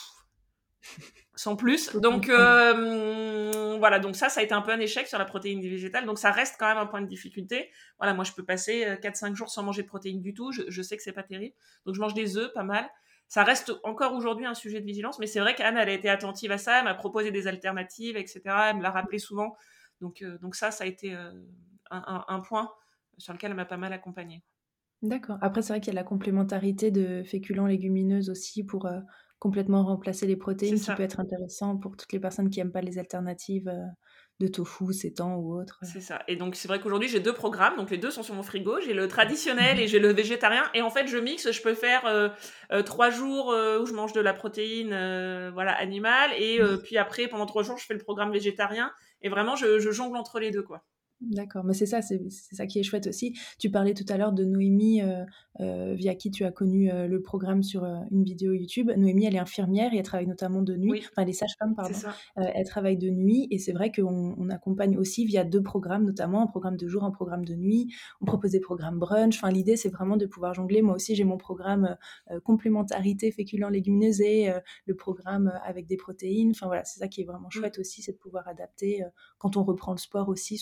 sans plus. Faut Donc, comprendre. euh, voilà, donc ça, ça a été un peu un échec sur la protéine végétale. Donc, ça reste quand même un point de difficulté. Voilà, moi, je peux passer euh, quatre cinq jours sans manger de protéines du tout. Je, je sais que c'est pas terrible. Donc, je mange des œufs, pas mal. Ça reste encore aujourd'hui un sujet de vigilance, mais c'est vrai qu'Anne, elle a été attentive à ça, elle m'a proposé des alternatives, et cetera. Elle me l'a rappelé souvent. Donc, euh, donc ça, ça a été euh, un, un, un point sur lequel elle m'a pas mal accompagnée. D'accord. Après, c'est vrai qu'il y a la complémentarité de féculents légumineuses aussi pour, heu, complètement remplacer les C'est protéines qui peut ça. être intéressant pour toutes les personnes qui aiment pas les alternatives, heu, de tofu, seitan ou autres, C'est ça. Et donc, c'est vrai qu'aujourd'hui, j'ai deux programmes. Donc, les deux sont sur mon frigo. J'ai le traditionnel Mmh. et j'ai le végétarien. Et en fait, je mixe. Je peux faire euh, euh, trois jours euh, où je mange de la protéine euh, voilà, animale. Et euh, puis après, pendant trois jours, je fais le programme végétarien. Et vraiment, je, je jongle entre les deux, quoi. D'accord, mais c'est ça, c'est c'est ça qui est chouette aussi. Tu parlais tout à l'heure de Noémie, heu heu, via qui tu as connu, heu, le programme sur, heu, une vidéo YouTube. Noémie, elle est infirmière et elle travaille notamment de nuit, Oui, enfin elle est sage-femme, c'est pardon. ça. Heu, elle travaille de nuit et c'est vrai qu'on on accompagne aussi via deux programmes, notamment un programme de jour, un programme de nuit. On propose des programmes brunch, enfin l'idée c'est vraiment de pouvoir jongler. Moi aussi j'ai mon programme, heu heu, complémentarité féculents légumineuses et heu, le programme, heu, avec des protéines. Enfin voilà, c'est ça qui est vraiment Mm. chouette aussi, c'est de pouvoir adapter, heu, quand on reprend le sport aussi, souvent on fait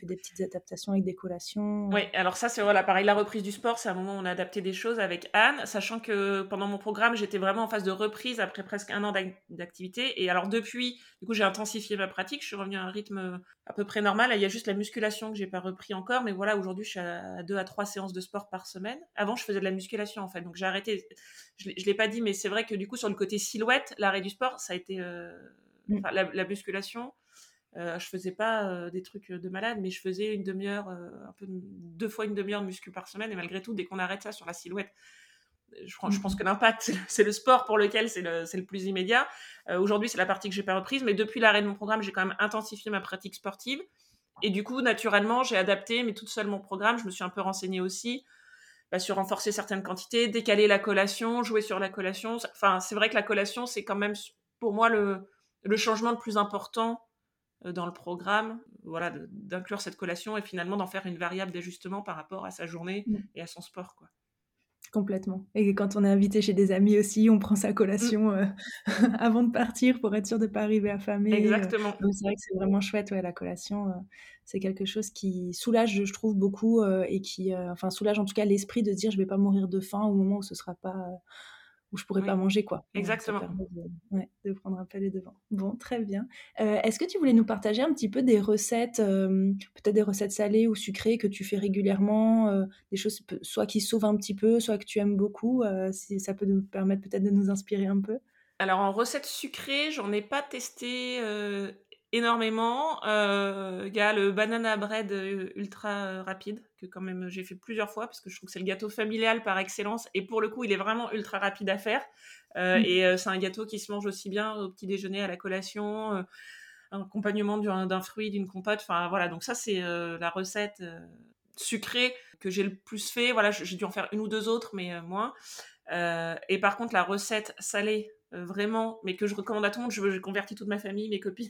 fait des petites adaptations avec des collations. Oui, alors ça, c'est voilà, pareil, la reprise du sport, c'est un moment où on a adapté des choses avec Anne, sachant que pendant mon programme, j'étais vraiment en phase de reprise après presque un an d'ac- d'activité. Et alors depuis, du coup, j'ai intensifié ma pratique, je suis revenue à un rythme à peu près normal. Il y a juste la musculation que j'ai pas repris encore, mais voilà, aujourd'hui, je suis à deux à trois séances de sport par semaine. Avant, je faisais de la musculation, en fait, donc j'ai arrêté. Je l'ai, je l'ai pas dit, mais c'est vrai que du coup, sur le côté silhouette, l'arrêt du sport, ça a été... euh, Mm. Enfin, la, la musculation... Euh, je faisais pas euh, des trucs de malade, mais je faisais une demi-heure, euh, un peu deux fois une demi-heure de muscu par semaine. Et malgré tout, dès qu'on arrête ça sur la silhouette, je, je pense que l'impact, c'est, c'est le sport pour lequel c'est le, c'est le plus immédiat. Euh, aujourd'hui, c'est la partie que j'ai pas reprise, mais depuis l'arrêt de mon programme, j'ai quand même intensifié ma pratique sportive. Et du coup, naturellement, j'ai adapté, mais toute seule mon programme. Je me suis un peu renseignée aussi bah, sur renforcer certaines quantités, décaler la collation, jouer sur la collation. Enfin, c'est vrai que la collation, c'est quand même pour moi le, le changement le plus important dans le programme, voilà, de, d'inclure cette collation et finalement d'en faire une variable d'ajustement par rapport à sa journée Mm. et à son sport, quoi. Complètement. Et quand on est invité chez des amis aussi, on prend sa collation Mm. euh, avant de partir pour être sûr de ne pas arriver affamé. euh. Exactement. Donc c'est vrai que c'est vraiment chouette, ouais, la collation. euh, c'est quelque chose qui soulage, je trouve, beaucoup euh, et qui, euh, enfin, soulage en tout cas l'esprit de se dire je vais pas mourir de faim au moment où ce sera pas, euh, où je pourrais Oui, pas manger, quoi. Donc, ça exactement. permet de, ouais, de prendre un peu les devants. Bon, très bien. Euh, est-ce que tu voulais nous partager un petit peu des recettes, euh, peut-être des recettes salées ou sucrées que tu fais régulièrement, euh, des choses peu- soit qui sauvent un petit peu, soit que tu aimes beaucoup, euh, si ça peut nous permettre peut-être de nous inspirer un peu. Alors en recette sucrée, j'en ai pas testé euh, énormément. Euh, Il y a le banana bread euh, ultra euh, rapide que quand même j'ai fait plusieurs fois parce que je trouve que c'est le gâteau familial par excellence et pour le coup il est vraiment ultra rapide à faire. Euh, Mm. et euh, c'est un gâteau qui se mange aussi bien au petit déjeuner, à la collation, euh, un accompagnement d'un, d'un fruit, d'une compote. Enfin voilà, donc ça c'est euh, la recette euh, sucrée que j'ai le plus fait. Voilà, j'ai dû en faire une ou deux autres, mais euh, moins. Euh, et par contre, la recette salée, euh, vraiment, mais que je recommande à tout le monde, je, je convertis toute ma famille, mes copines,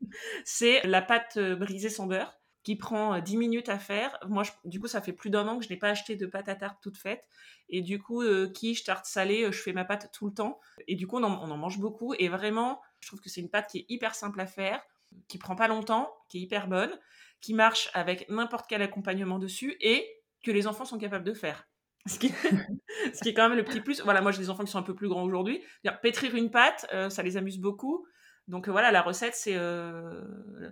c'est la pâte euh, brisée sans beurre, qui prend euh, dix minutes à faire. Moi, je- du coup, ça fait plus d'un an que je n'ai pas acheté de pâte à tarte toute faite. Et du coup, euh, quiche, tarte salée, euh, je fais ma pâte tout le temps. Et du coup, on en, on en mange beaucoup. Et vraiment, je trouve que c'est une pâte qui est hyper simple à faire, qui prend pas longtemps, qui est hyper bonne, qui marche avec n'importe quel accompagnement dessus et que les enfants sont capables de faire. Ce qui, ce qui est quand même le petit plus. Voilà, moi j'ai des enfants qui sont un peu plus grands aujourd'hui. C'est-à-dire, pétrir une pâte, euh, ça les amuse beaucoup. Donc euh, voilà, la recette c'est euh,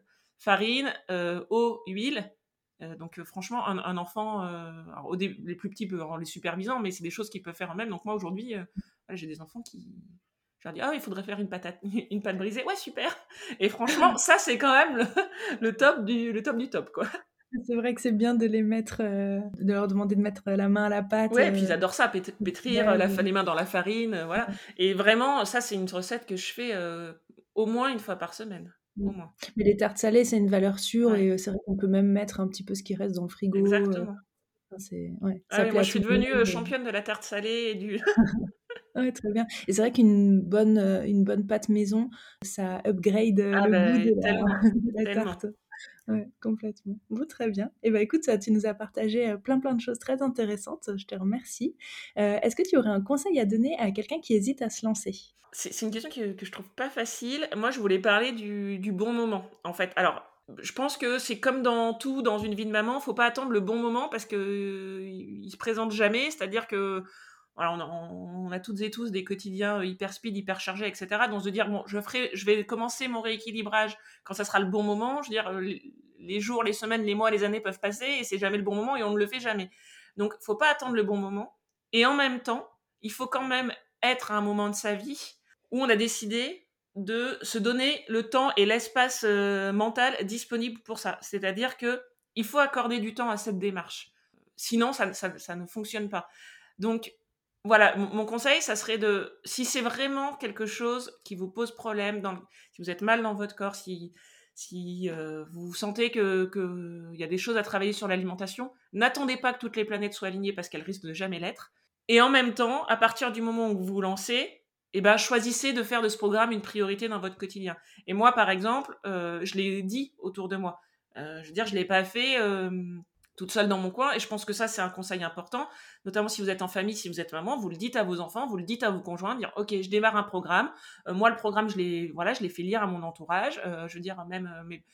farine, euh, eau, huile. Euh, donc euh, franchement, un, un enfant, euh, alors, au dé- les plus petits peuvent en les supervisant, mais c'est des choses qu'ils peuvent faire eux-mêmes. Donc moi aujourd'hui, euh, voilà, j'ai des enfants qui, je leur dis ah il faudrait faire une patate, une pâte brisée, ouais super. Et franchement, ça c'est quand même le, le top du, le top du top quoi. C'est vrai que c'est bien de les mettre, euh, de leur demander de mettre la main à la pâte. Ouais, et puis euh, ils adorent ça, pét- pétrir euh, ouais, la, de- fa- les mains dans la farine, euh, voilà. Et vraiment, ça, c'est une recette que je fais euh, au moins une fois par semaine. Mm. Au moins. Mais les tartes salées, c'est une valeur sûre Ouais, et euh, c'est vrai qu'on peut même mettre un petit peu ce qui reste dans le frigo. euh, exactement. enfin, c'est, ouais, Ah ça oui, plaît moi, à je suis tout le devenue euh, monde. championne de la tarte salée et du... Ouais, très bien. Et c'est vrai qu'une bonne, euh, une bonne pâte maison, ça upgrade euh, Ah le goût de ben, tellement, la, de la tellement. tarte. Ouais, complètement. Bon, très bien. Et ben écoute, ça, tu nous as partagé euh, plein plein de choses très intéressantes. Je te remercie. Euh, est-ce que tu aurais un conseil à donner à quelqu'un qui hésite à se lancer? C'est c'est une question que, que je trouve pas facile. Moi, je voulais parler du, du bon moment, en fait. Alors, je pense que c'est comme dans tout, dans une vie de maman, faut pas attendre le bon moment parce que euh, il, il se présente jamais. C'est-à-dire que voilà, on a, on a toutes et tous des quotidiens hyper speed, hyper chargés, et cetera. Donc, de dire bon, je ferai, je vais commencer mon rééquilibrage quand ça sera le bon moment. Je veux dire, les, les jours, les semaines, les mois, les années peuvent passer et c'est jamais le bon moment et on ne le fait jamais. Donc, faut pas attendre le bon moment. Et en même temps, il faut quand même être à un moment de sa vie où on a décidé de se donner le temps et l'espace euh, mental disponible pour ça. C'est-à-dire que il faut accorder du temps à cette démarche. Sinon, ça, ça, ça ne fonctionne pas. Donc, voilà, mon, mon conseil, ça serait de, si c'est vraiment quelque chose qui vous pose problème, dans le- si vous êtes mal dans votre corps, si, si euh, vous sentez que, que y a des choses à travailler sur l'alimentation, n'attendez pas que toutes les planètes soient alignées parce qu'elles risquent de jamais l'être. Et en même temps, à partir du moment où vous vous lancez, eh ben, choisissez de faire de ce programme une priorité dans votre quotidien. Et moi, par exemple, euh, je l'ai dit autour de moi. Euh, je veux dire, je ne l'ai pas fait euh, toute seule dans mon coin. Et je pense que ça, c'est un conseil important. Notamment si vous êtes en famille, si vous êtes maman, vous le dites à vos enfants, vous le dites à vos conjoints, dire, OK, je démarre un programme. Euh, moi, le programme, je l'ai, voilà, je l'ai fait lire à mon entourage. Euh, je veux dire, même euh, mes,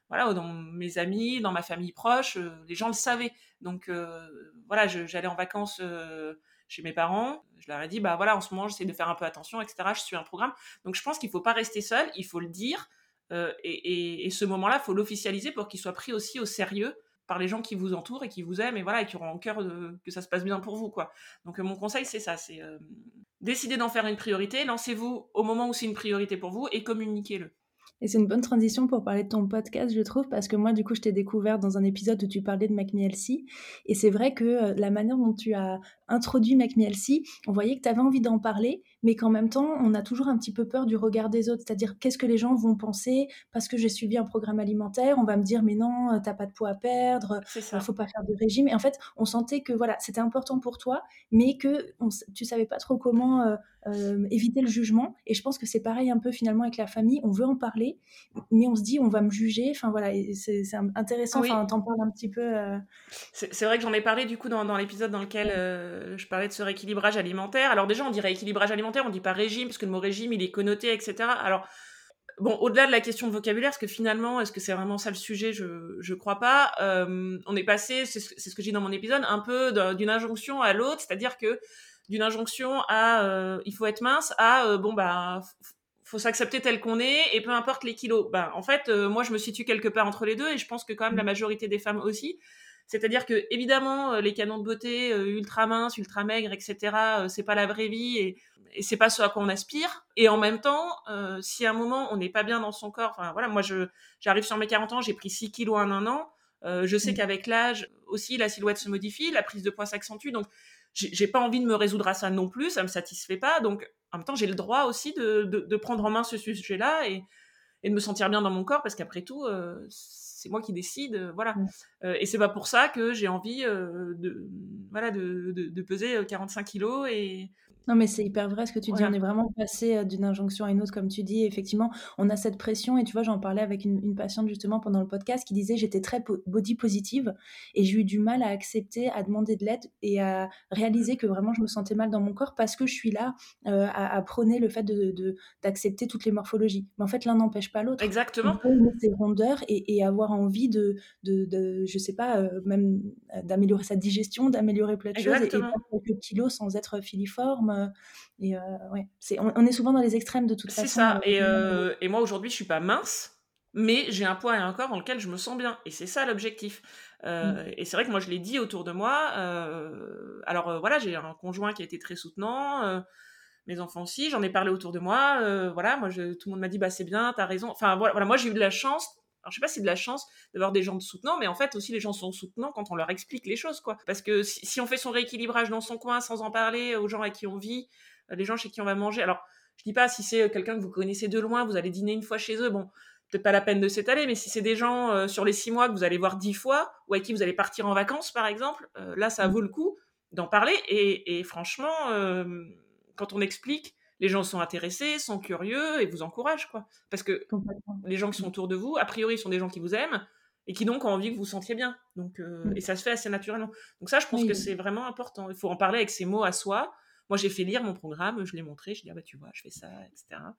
voilà, dans mes amis, dans ma famille proche, euh, les gens le savaient. Donc euh, voilà, je, j'allais en vacances euh, chez mes parents. Je leur ai dit, bah voilà, en ce moment, j'essaie de faire un peu attention, et cetera. Je suis un programme. Donc je pense qu'il faut pas rester seul, il faut le dire. Euh, et, et, et ce moment-là, il faut l'officialiser pour qu'il soit pris aussi au sérieux par les gens qui vous entourent et qui vous aiment et voilà et qui auront en cœur de, que ça se passe bien pour vous, quoi. Donc euh, mon conseil, c'est ça, c'est euh, décider d'en faire une priorité, lancez-vous au moment où c'est une priorité pour vous et communiquez-le. Et c'est une bonne transition pour parler de ton podcast, je trouve, parce que moi, du coup, je t'ai découvert dans un épisode où tu parlais de Make Me Healthy. Et c'est vrai que euh, la manière dont tu as introduit Make Me Healthy, on voyait que tu avais envie d'en parler, mais qu'en même temps, on a toujours un petit peu peur du regard des autres. C'est-à-dire, qu'est-ce que les gens vont penser parce que j'ai suivi un programme alimentaire? On va me dire, mais non, euh, t'as pas de poids à perdre, C'est euh, ça. faut pas faire de régime. Et en fait, on sentait que voilà, c'était important pour toi, mais que on, tu savais pas trop comment euh, euh, éviter le jugement. Et je pense que c'est pareil un peu finalement avec la famille. On veut en parler, mais on se dit on va me juger, enfin voilà, et c'est, c'est intéressant, Oui, enfin t'en parles un petit peu. Euh... c'est, c'est vrai que j'en ai parlé du coup dans, dans l'épisode dans lequel euh, je parlais de ce rééquilibrage alimentaire. Alors déjà on dit rééquilibrage alimentaire, on dit pas régime parce que le mot régime il est connoté, et cetera. Alors bon, au-delà de la question de vocabulaire, parce que finalement, est-ce que c'est vraiment ça le sujet? Je je crois pas. Euh, on est passé, c'est ce, c'est ce que j'ai dit dans mon épisode, un peu de, d'une injonction à l'autre, c'est-à-dire que d'une injonction à euh, il faut être mince à euh, bon bah f- faut s'accepter tel qu'on est et peu importe les kilos. Ben en fait, euh, moi je me situe quelque part entre les deux et je pense que quand même la majorité des femmes aussi. C'est-à-dire que évidemment euh, les canons de beauté euh, ultra minces, ultra maigres, et cetera. Euh, c'est pas la vraie vie et et c'est pas ce à quoi on aspire. Et en même temps, euh, si à un moment on n'est pas bien dans son corps, enfin voilà, moi je j'arrive sur mes quarante ans, j'ai pris six kilos en un an. Euh, je sais qu'avec l'âge aussi la silhouette se modifie, la prise de poids s'accentue, donc j'ai, j'ai pas envie de me résoudre à ça non plus, ça me satisfait pas. Donc en même temps, j'ai le droit aussi de, de, de prendre en main ce sujet-là et, et de me sentir bien dans mon corps parce qu'après tout, euh, c'est moi qui décide, euh, voilà. Mm. Euh, et c'est pas pour ça que j'ai envie euh, de, voilà, de, de, de peser quarante-cinq kilos et Non, mais c'est hyper vrai ce que tu dis. On voilà. est vraiment passé euh, d'une injonction à une autre, comme tu dis. Et effectivement, on a cette pression. Et tu vois, j'en parlais avec une, une patiente justement pendant le podcast qui disait j'étais très po- body positive et j'ai eu du mal à accepter, à demander de l'aide et à réaliser que vraiment je me sentais mal dans mon corps parce que je suis là euh, à, à prôner le fait de, de- d'accepter toutes les morphologies. Mais en fait, l'un n'empêche pas l'autre. On Exactement. peut aimer ses rondeurs et, et avoir envie de, de, de, je sais pas, euh, même euh, d'améliorer sa digestion, d'améliorer plein de choses et, et Exactement. perdre quelques kilos sans être filiforme. euh, et euh, ouais, c'est, on, on est souvent dans les extrêmes de toute C'est façon, ça. Et, malheureusement. euh, et moi, aujourd'hui, je suis pas mince, mais j'ai un poids et un corps dans lequel je me sens bien. Et c'est ça l'objectif. Euh, Mm. et c'est vrai que moi, je l'ai dit autour de moi. Euh, alors euh, voilà, j'ai un conjoint qui a été très soutenant. Euh, mes enfants aussi, j'en ai parlé autour de moi. Euh, voilà, moi, je, tout le monde m'a dit, bah c'est bien, t'as raison. Enfin voilà, voilà, moi j'ai eu de la chance. Alors je sais pas si c'est de la chance d'avoir des gens soutenants, mais en fait aussi les gens sont soutenants quand on leur explique les choses, quoi. Parce que si, si on fait son rééquilibrage dans son coin sans en parler aux gens avec qui on vit, euh, les gens chez qui on va manger. Alors je dis pas si c'est quelqu'un que vous connaissez de loin, vous allez dîner une fois chez eux, bon, peut-être pas la peine de s'étaler, mais si c'est des gens euh, sur les six mois que vous allez voir dix fois, ou avec qui vous allez partir en vacances, par exemple, euh, là, ça vaut le coup d'en parler. Et, et franchement, euh, quand on explique, les gens sont intéressés, sont curieux et vous encouragent, quoi. Parce que Complètement. les gens qui sont autour de vous, a priori, sont des gens qui vous aiment et qui donc ont envie que vous vous sentiez bien. Donc, euh, et Mm. ça se fait assez naturellement. Donc ça, je pense que Oui. c'est vraiment important. Il faut en parler avec ses mots à soi. Moi, j'ai fait lire mon programme, je l'ai montré, je dis, ah bah tu vois, je fais ça, et cetera.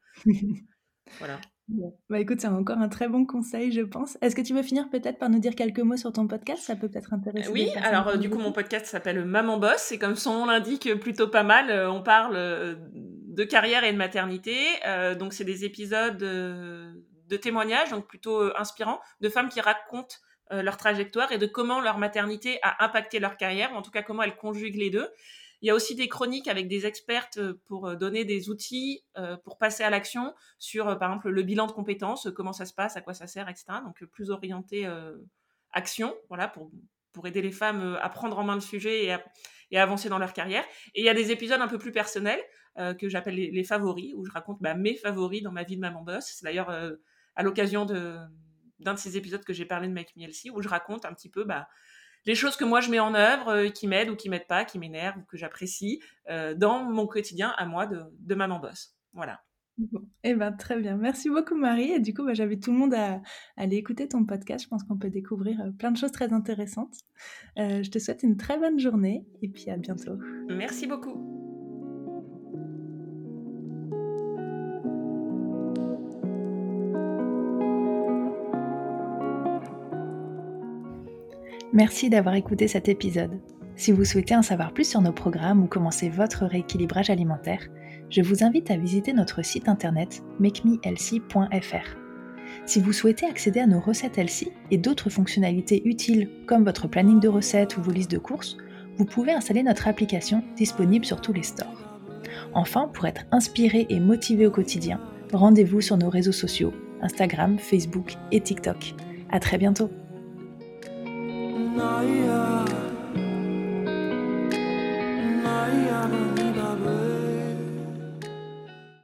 Voilà. Bon. Bah écoute, c'est encore un très bon conseil, je pense. Est-ce que tu veux finir peut-être par nous dire quelques mots sur ton podcast? Ça peut peut-être Euh, intéresser Oui, des personnes alors qui euh, du nous coup, mon écoutent. podcast s'appelle Maman Boss et comme son nom l'indique, euh, plutôt pas mal. Euh, on parle euh, de carrière et de maternité. Euh, donc, c'est des épisodes euh, de témoignages, donc plutôt euh, inspirants, de femmes qui racontent euh, leur trajectoire et de comment leur maternité a impacté leur carrière, ou en tout cas comment elles conjuguent les deux. Il y a aussi des chroniques avec des expertes pour euh, donner des outils euh, pour passer à l'action sur, euh, par exemple, le bilan de compétences, euh, comment ça se passe, à quoi ça sert, et cetera. Donc, euh, plus orienté euh, action, voilà, pour, pour aider les femmes euh, à prendre en main le sujet et à, et à avancer dans leur carrière. Et il y a des épisodes un peu plus personnels euh, que j'appelle les, les favoris, où je raconte bah, mes favoris dans ma vie de maman boss. C'est d'ailleurs euh, à l'occasion de, d'un de ces épisodes que j'ai parlé de Make Me Healthy, où je raconte un petit peu bah, les choses que moi je mets en œuvre, euh, qui m'aident ou qui m'aident pas, qui m'énervent ou que j'apprécie euh, dans mon quotidien à moi de, de maman boss. Voilà. Bon. Eh ben, très bien. Merci beaucoup, Marie. Et du coup, bah, j'invite tout le monde à, à aller écouter ton podcast. Je pense qu'on peut découvrir euh, plein de choses très intéressantes. Euh, je te souhaite une très bonne journée et puis à bientôt. Merci beaucoup. Merci d'avoir écouté cet épisode. Si vous souhaitez en savoir plus sur nos programmes ou commencer votre rééquilibrage alimentaire, je vous invite à visiter notre site internet make me healthy point f r. Si vous souhaitez accéder à nos recettes Healthy et d'autres fonctionnalités utiles comme votre planning de recettes ou vos listes de courses, vous pouvez installer notre application disponible sur tous les stores. Enfin, pour être inspiré et motivé au quotidien, rendez-vous sur nos réseaux sociaux, Instagram, Facebook et TikTok. À très bientôt.